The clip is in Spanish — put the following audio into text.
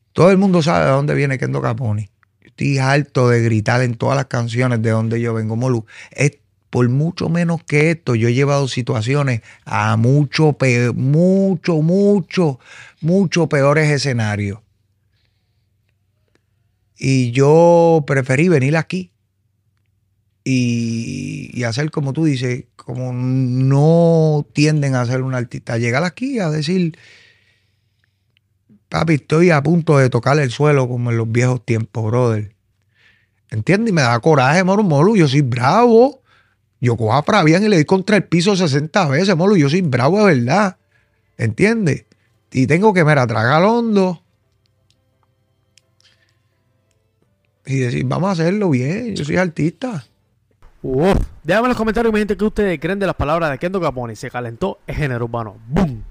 Todo el mundo sabe de dónde viene Kendo Caponi. Estoy harto de gritar en todas las canciones de donde yo vengo, Molu. Es por mucho menos que esto, yo he llevado situaciones a mucho peores escenarios. Y yo preferí venir aquí y hacer como tú dices, como no tienden a ser un artista. Llegar aquí a decir, papi, estoy a punto de tocar el suelo como en los viejos tiempos, brother. ¿Entiendes? Y me da coraje, Molu. Yo soy bravo. Yo cojo a Fabián y le doy contra el piso 60 veces, Molu. Yo soy bravo de verdad. ¿Entiendes? Y tengo que, mira, tragar hondo y decir, vamos a hacerlo bien. Yo soy artista. Uf. Déjame en los comentarios, mi gente, que ustedes creen de las palabras de Kendo Caponi. Se calentó el género urbano. ¡Boom!